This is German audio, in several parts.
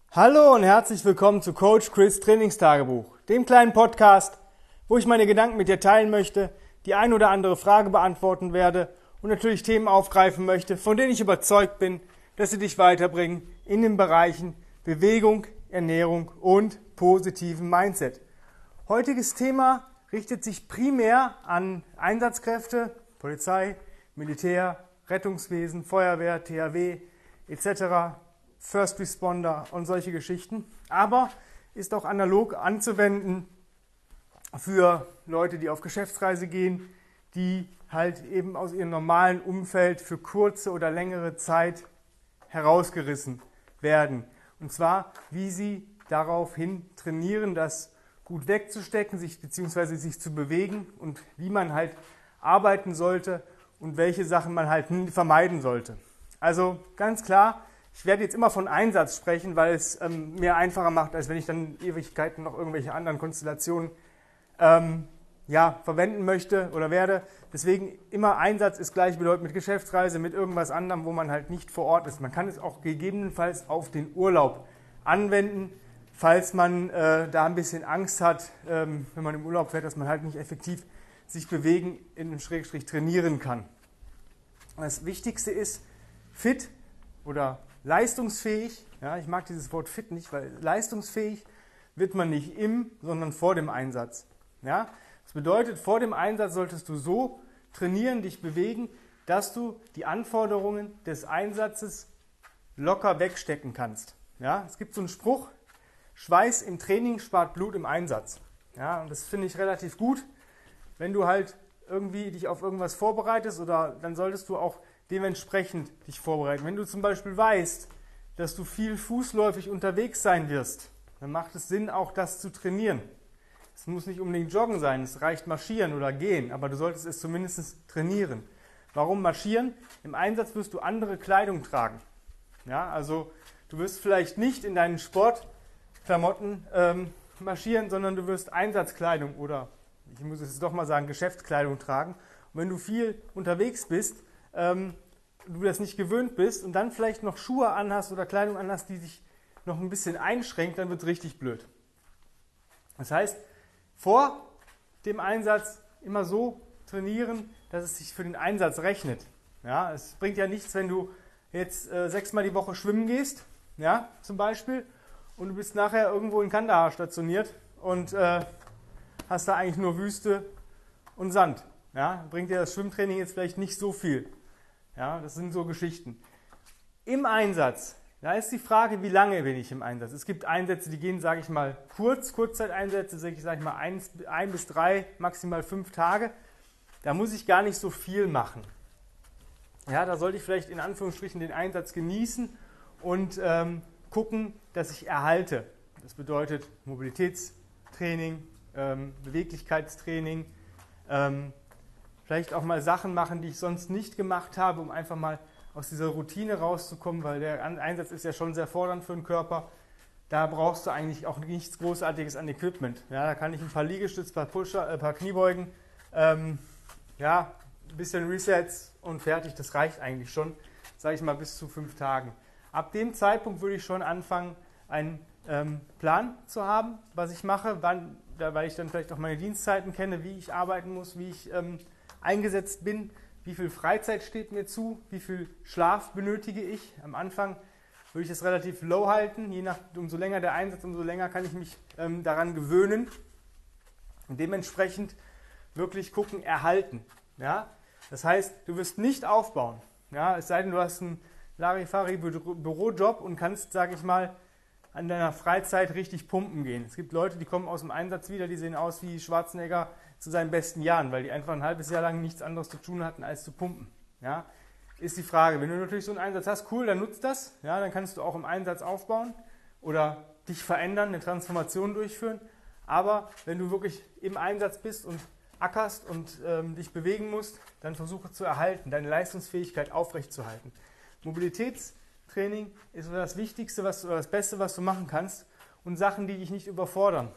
Hallo und herzlich willkommen zu Coach Chris Trainingstagebuch, dem kleinen Podcast, wo ich meine Gedanken mit dir teilen möchte, die ein oder andere Frage beantworten werde und natürlich Themen aufgreifen möchte, von denen ich überzeugt bin, dass sie dich weiterbringen in den Bereichen Bewegung, Ernährung und positiven Mindset. Heutiges Thema richtet sich primär an Einsatzkräfte, Polizei, Militär, Rettungswesen, Feuerwehr, THW etc., First Responder und solche Geschichten, aber ist auch analog anzuwenden für Leute, die auf Geschäftsreise gehen, die halt eben aus ihrem normalen Umfeld für kurze oder längere Zeit herausgerissen werden. Und zwar, wie sie daraufhin trainieren, das gut wegzustecken, beziehungsweise sich zu bewegen und wie man halt arbeiten sollte und welche Sachen man halt vermeiden sollte. Also ganz klar, ich werde jetzt immer von Einsatz sprechen, weil es mir einfacher macht, als wenn ich dann Ewigkeiten noch irgendwelche anderen Konstellationen verwenden möchte oder werde. Deswegen immer Einsatz ist gleichbedeutend mit Geschäftsreise, mit irgendwas anderem, wo man halt nicht vor Ort ist. Man kann es auch gegebenenfalls auf den Urlaub anwenden, falls man da ein bisschen Angst hat, wenn man im Urlaub fährt, dass man halt nicht effektiv sich bewegen, in einem Schrägstrich trainieren kann. Das Wichtigste ist, fit oder leistungsfähig, ja, ich mag dieses Wort fit nicht, weil leistungsfähig wird man nicht im, sondern vor dem Einsatz. Ja? Das bedeutet, vor dem Einsatz solltest du so trainieren, dich bewegen, dass du die Anforderungen des Einsatzes locker wegstecken kannst. Ja? Es gibt so einen Spruch, Schweiß im Training spart Blut im Einsatz. Ja? Und das finde ich relativ gut. Wenn du halt irgendwie dich auf irgendwas vorbereitest, dann solltest du auch dementsprechend dich vorbereiten. Wenn du zum Beispiel weißt, dass du viel fußläufig unterwegs sein wirst, dann macht es Sinn, auch das zu trainieren. Es muss nicht unbedingt Joggen sein, es reicht Marschieren oder Gehen, aber du solltest es zumindest trainieren. Warum marschieren? Im Einsatz wirst du andere Kleidung tragen. Ja, also du wirst vielleicht nicht in deinen Sportklamotten marschieren, sondern du wirst Einsatzkleidung oder, ich muss es doch mal sagen, Geschäftskleidung tragen. Und wenn du viel unterwegs bist, du das nicht gewöhnt bist und dann vielleicht noch Schuhe anhast oder Kleidung anhast, die dich noch ein bisschen einschränkt, dann wird es richtig blöd. Das heißt, vor dem Einsatz immer so trainieren, dass es sich für den Einsatz rechnet. Ja, es bringt ja nichts, wenn du jetzt 6-mal die Woche schwimmen gehst, ja, zum Beispiel, und du bist nachher irgendwo in Kandahar stationiert und hast da eigentlich nur Wüste und Sand. Ja, bringt dir das Schwimmtraining jetzt vielleicht nicht so viel. Ja, das sind so Geschichten. Im Einsatz, da ist die Frage, wie lange bin ich im Einsatz? Es gibt Einsätze, die gehen, sage ich mal, Kurzzeiteinsätze, sage ich mal 1 bis 3, maximal 5 Tage. Da muss ich gar nicht so viel machen. Ja, da sollte ich vielleicht in Anführungsstrichen den Einsatz genießen und gucken, dass ich erhalte. Das bedeutet Mobilitätstraining, Beweglichkeitstraining, vielleicht auch mal Sachen machen, die ich sonst nicht gemacht habe, um einfach mal aus dieser Routine rauszukommen, weil der Einsatz ist ja schon sehr fordernd für den Körper. Da brauchst du eigentlich auch nichts Großartiges an Equipment. Ja, da kann ich ein paar Liegestütze, ein paar Kniebeugen, ein bisschen Resets und fertig. Das reicht eigentlich schon, sage ich mal, bis zu 5 Tagen. Ab dem Zeitpunkt würde ich schon anfangen, einen Plan zu haben, was ich mache, weil ich dann vielleicht auch meine Dienstzeiten kenne, wie ich arbeiten muss, wie ich eingesetzt bin, wie viel Freizeit steht mir zu, wie viel Schlaf benötige ich. Am Anfang würde ich das relativ low halten, umso länger der Einsatz, umso länger kann ich mich daran gewöhnen und dementsprechend wirklich gucken, erhalten. Ja? Das heißt, du wirst nicht aufbauen, ja? Es sei denn, du hast einen Larifari-Bürojob und kannst, sage ich mal, an deiner Freizeit richtig pumpen gehen. Es gibt Leute, die kommen aus dem Einsatz wieder, die sehen aus wie Schwarzenegger zu seinen besten Jahren, weil die einfach ein halbes Jahr lang nichts anderes zu tun hatten, als zu pumpen. Ja? Ist die Frage, wenn du natürlich so einen Einsatz hast, cool, dann nutzt das. Ja? Dann kannst du auch im Einsatz aufbauen oder dich verändern, eine Transformation durchführen. Aber wenn du wirklich im Einsatz bist und ackerst und dich bewegen musst, dann versuche zu erhalten, deine Leistungsfähigkeit aufrechtzuerhalten. Mobilitätstraining ist das Wichtigste oder das Beste, was du machen kannst und Sachen, die dich nicht überfordern.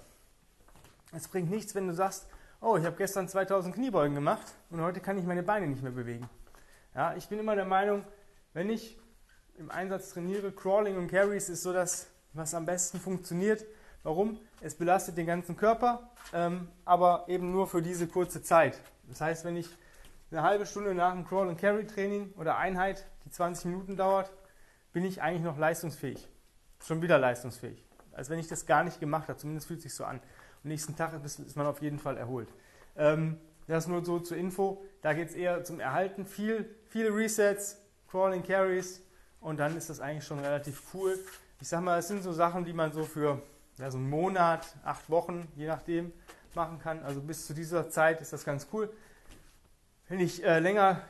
Es bringt nichts, wenn du sagst, oh, ich habe gestern 2000 Kniebeugen gemacht und heute kann ich meine Beine nicht mehr bewegen. Ja, ich bin immer der Meinung, wenn ich im Einsatz trainiere, Crawling und Carries ist so das was am besten funktioniert. Warum? Es belastet den ganzen Körper, aber eben nur für diese kurze Zeit. Das heißt, wenn ich eine halbe Stunde nach dem Crawl-and-Carry-Training oder Einheit, die 20 Minuten dauert, bin ich eigentlich noch leistungsfähig. Schon wieder leistungsfähig. Als wenn ich das gar nicht gemacht habe, zumindest fühlt es sich so an. Am nächsten Tag ist man auf jeden Fall erholt. Das nur so zur Info. Da geht es eher zum Erhalten. Viele Resets, Crawl-and-Carries und dann ist das eigentlich schon relativ cool. Ich sag mal, es sind so Sachen, die man so für so einen Monat, 8 Wochen, je nachdem, machen kann. Also bis zu dieser Zeit ist das ganz cool. Wenn ich länger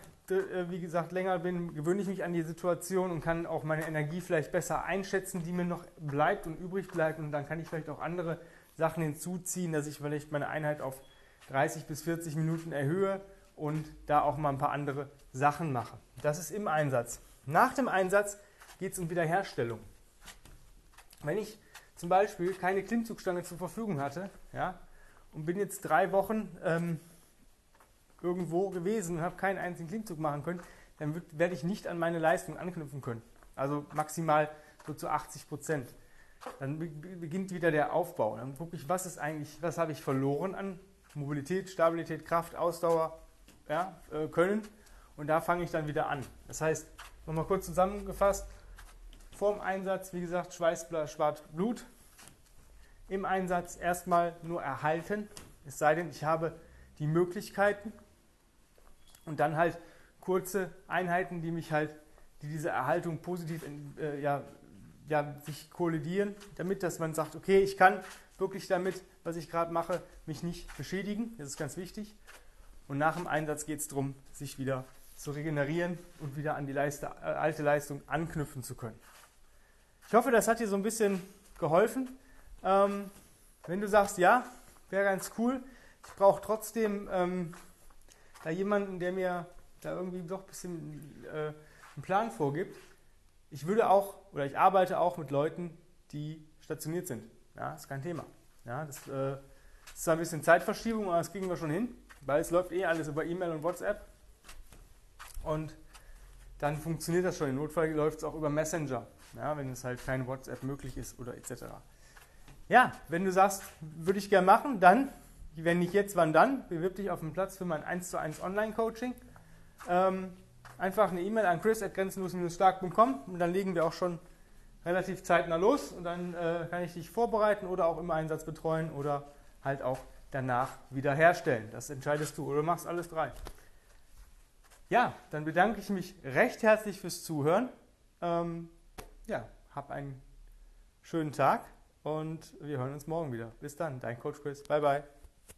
bin, gewöhne ich mich an die Situation und kann auch meine Energie vielleicht besser einschätzen, die mir noch bleibt und übrig bleibt. Und dann kann ich vielleicht auch andere Sachen hinzuziehen, dass ich vielleicht meine Einheit auf 30 bis 40 Minuten erhöhe und da auch mal ein paar andere Sachen mache. Das ist im Einsatz. Nach dem Einsatz geht es um Wiederherstellung. Wenn ich zum Beispiel keine Klimmzugstange zur Verfügung hatte, ja, und bin jetzt 3 Wochen irgendwo gewesen und habe keinen einzigen Klimmzug machen können, dann werde ich nicht an meine Leistung anknüpfen können. Also maximal so zu 80%. Dann beginnt wieder der Aufbau. Dann gucke ich, was habe ich verloren an Mobilität, Stabilität, Kraft, Ausdauer, ja, Können. Und da fange ich dann wieder an. Das heißt, nochmal kurz zusammengefasst, vor dem Einsatz, wie gesagt, Schweiß spart Blut. Im Einsatz erstmal nur erhalten, es sei denn, ich habe die Möglichkeiten. Und dann halt kurze Einheiten, die diese Erhaltung positiv sich kollidieren, damit, dass man sagt, okay, ich kann wirklich damit, was ich gerade mache, mich nicht beschädigen. Das ist ganz wichtig. Und nach dem Einsatz geht es darum, sich wieder zu regenerieren und wieder an die alte Leistung anknüpfen zu können. Ich hoffe, das hat dir so ein bisschen geholfen. Wenn du sagst, ja, wäre ganz cool, ich brauche trotzdem da jemanden, der mir da irgendwie doch ein bisschen einen Plan vorgibt. Ich arbeite auch mit Leuten, die stationiert sind. Ja, ist kein Thema. Ja, das ist zwar ein bisschen Zeitverschiebung, aber das kriegen wir schon hin, weil es läuft alles über E-Mail und WhatsApp. Und dann funktioniert das schon. Im Notfall läuft es auch über Messenger, ja, wenn es halt kein WhatsApp möglich ist oder etc. Ja, wenn du sagst, würde ich gerne machen, dann, wenn nicht jetzt, wann dann, bewirb dich auf den Platz für mein 1:1 Online-Coaching. Einfach eine E-Mail an chris@grenzenlos-stark.com und dann legen wir auch schon relativ zeitnah los und dann kann ich dich vorbereiten oder auch im Einsatz betreuen oder halt auch danach wieder herstellen. Das entscheidest du oder machst alles 3. Ja, dann bedanke ich mich recht herzlich fürs Zuhören. Hab einen schönen Tag und wir hören uns morgen wieder. Bis dann, dein Coach Chris. Bye, bye.